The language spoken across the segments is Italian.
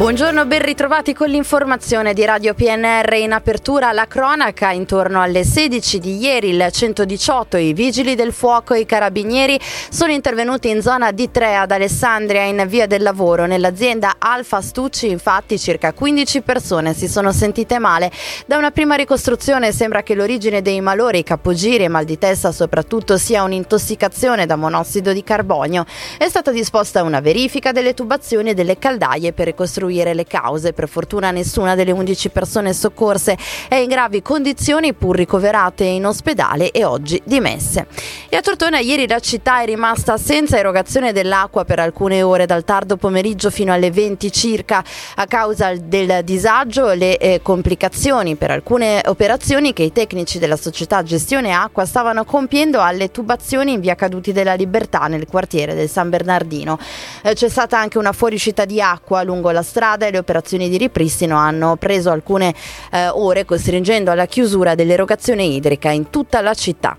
Buongiorno, ben ritrovati con l'informazione di Radio PNR. In apertura la cronaca. Intorno alle 16 di ieri il 118, i vigili del fuoco e i carabinieri sono intervenuti in zona D3 ad Alessandria in via del lavoro. Nell'azienda Alfa Stucci infatti circa 15 persone si sono sentite male. Da una prima ricostruzione sembra che l'origine dei malori, capogiri e mal di testa soprattutto sia un'intossicazione da monossido di carbonio. È stata disposta una verifica delle tubazioni e delle caldaie per ricostruire le cause. Per fortuna nessuna delle 11 persone soccorse è in gravi condizioni, pur ricoverate in ospedale e oggi dimesse. E a Tortona ieri la città è rimasta senza erogazione dell'acqua per alcune ore, dal tardo pomeriggio fino alle 20 circa, a causa del disagio e le complicazioni per alcune operazioni che i tecnici della società Gestione Acqua stavano compiendo alle tubazioni in via Caduti della Libertà nel quartiere del San Bernardino. C'è stata anche una fuoriuscita di acqua lungo la strada e le operazioni di ripristino hanno preso alcune ore, costringendo alla chiusura dell'erogazione idrica in tutta la città.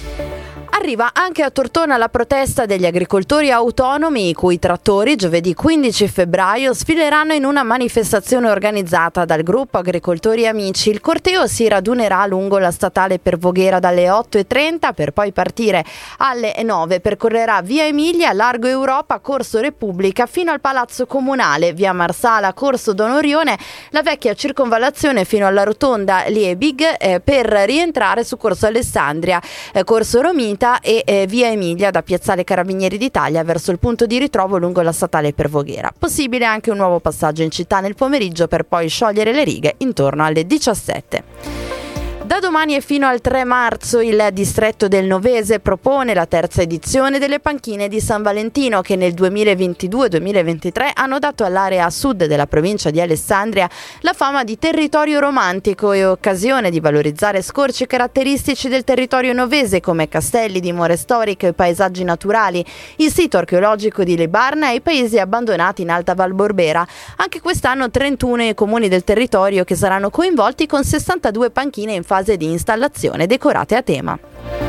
Arriva anche a Tortona la protesta degli agricoltori autonomi, i cui trattori giovedì 15 febbraio sfileranno in una manifestazione organizzata dal gruppo Agricoltori Amici. Il corteo si radunerà lungo la statale per Voghera dalle 8:30 per poi partire alle 9. Percorrerà via Emilia, Largo Europa, Corso Repubblica fino al Palazzo Comunale, via Marsala, Corso Don Orione, la vecchia circonvallazione fino alla rotonda Liebig per rientrare su Corso Alessandria, Corso Romita e via Emilia da Piazzale Carabinieri d'Italia verso il punto di ritrovo lungo la statale per Voghera. Possibile anche un nuovo passaggio in città nel pomeriggio per poi sciogliere le righe intorno alle 17. Da domani e fino al 3 marzo il distretto del Novese propone la terza edizione delle panchine di San Valentino, che nel 2022-2023 hanno dato all'area sud della provincia di Alessandria la fama di territorio romantico e occasione di valorizzare scorci caratteristici del territorio novese come castelli, dimore storiche e paesaggi naturali, il sito archeologico di Libarna e i paesi abbandonati in Alta Val Borbera. Anche quest'anno 31 i comuni del territorio che saranno coinvolti, con 62 panchine in fase di installazione decorate a tema.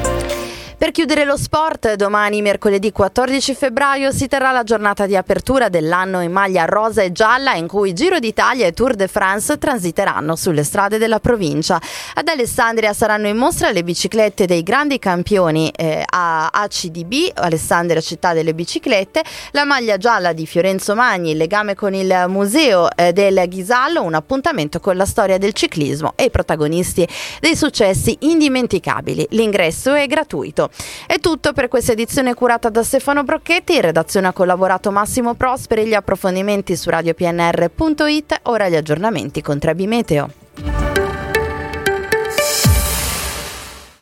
Per chiudere lo sport, domani mercoledì 14 febbraio si terrà la giornata di apertura dell'anno in maglia rosa e gialla, in cui Giro d'Italia e Tour de France transiteranno sulle strade della provincia. Ad Alessandria saranno in mostra le biciclette dei grandi campioni ACDB, Alessandria città delle biciclette, la maglia gialla di Fiorenzo Magni, il legame con il museo del Ghisallo, un appuntamento con la storia del ciclismo e i protagonisti dei successi indimenticabili. L'ingresso è gratuito. È tutto per questa edizione curata da Stefano Brocchetti. In redazione ha collaborato Massimo Prosperi. Gli approfondimenti su radiopnr.it. Ora gli aggiornamenti con Trebi Meteo.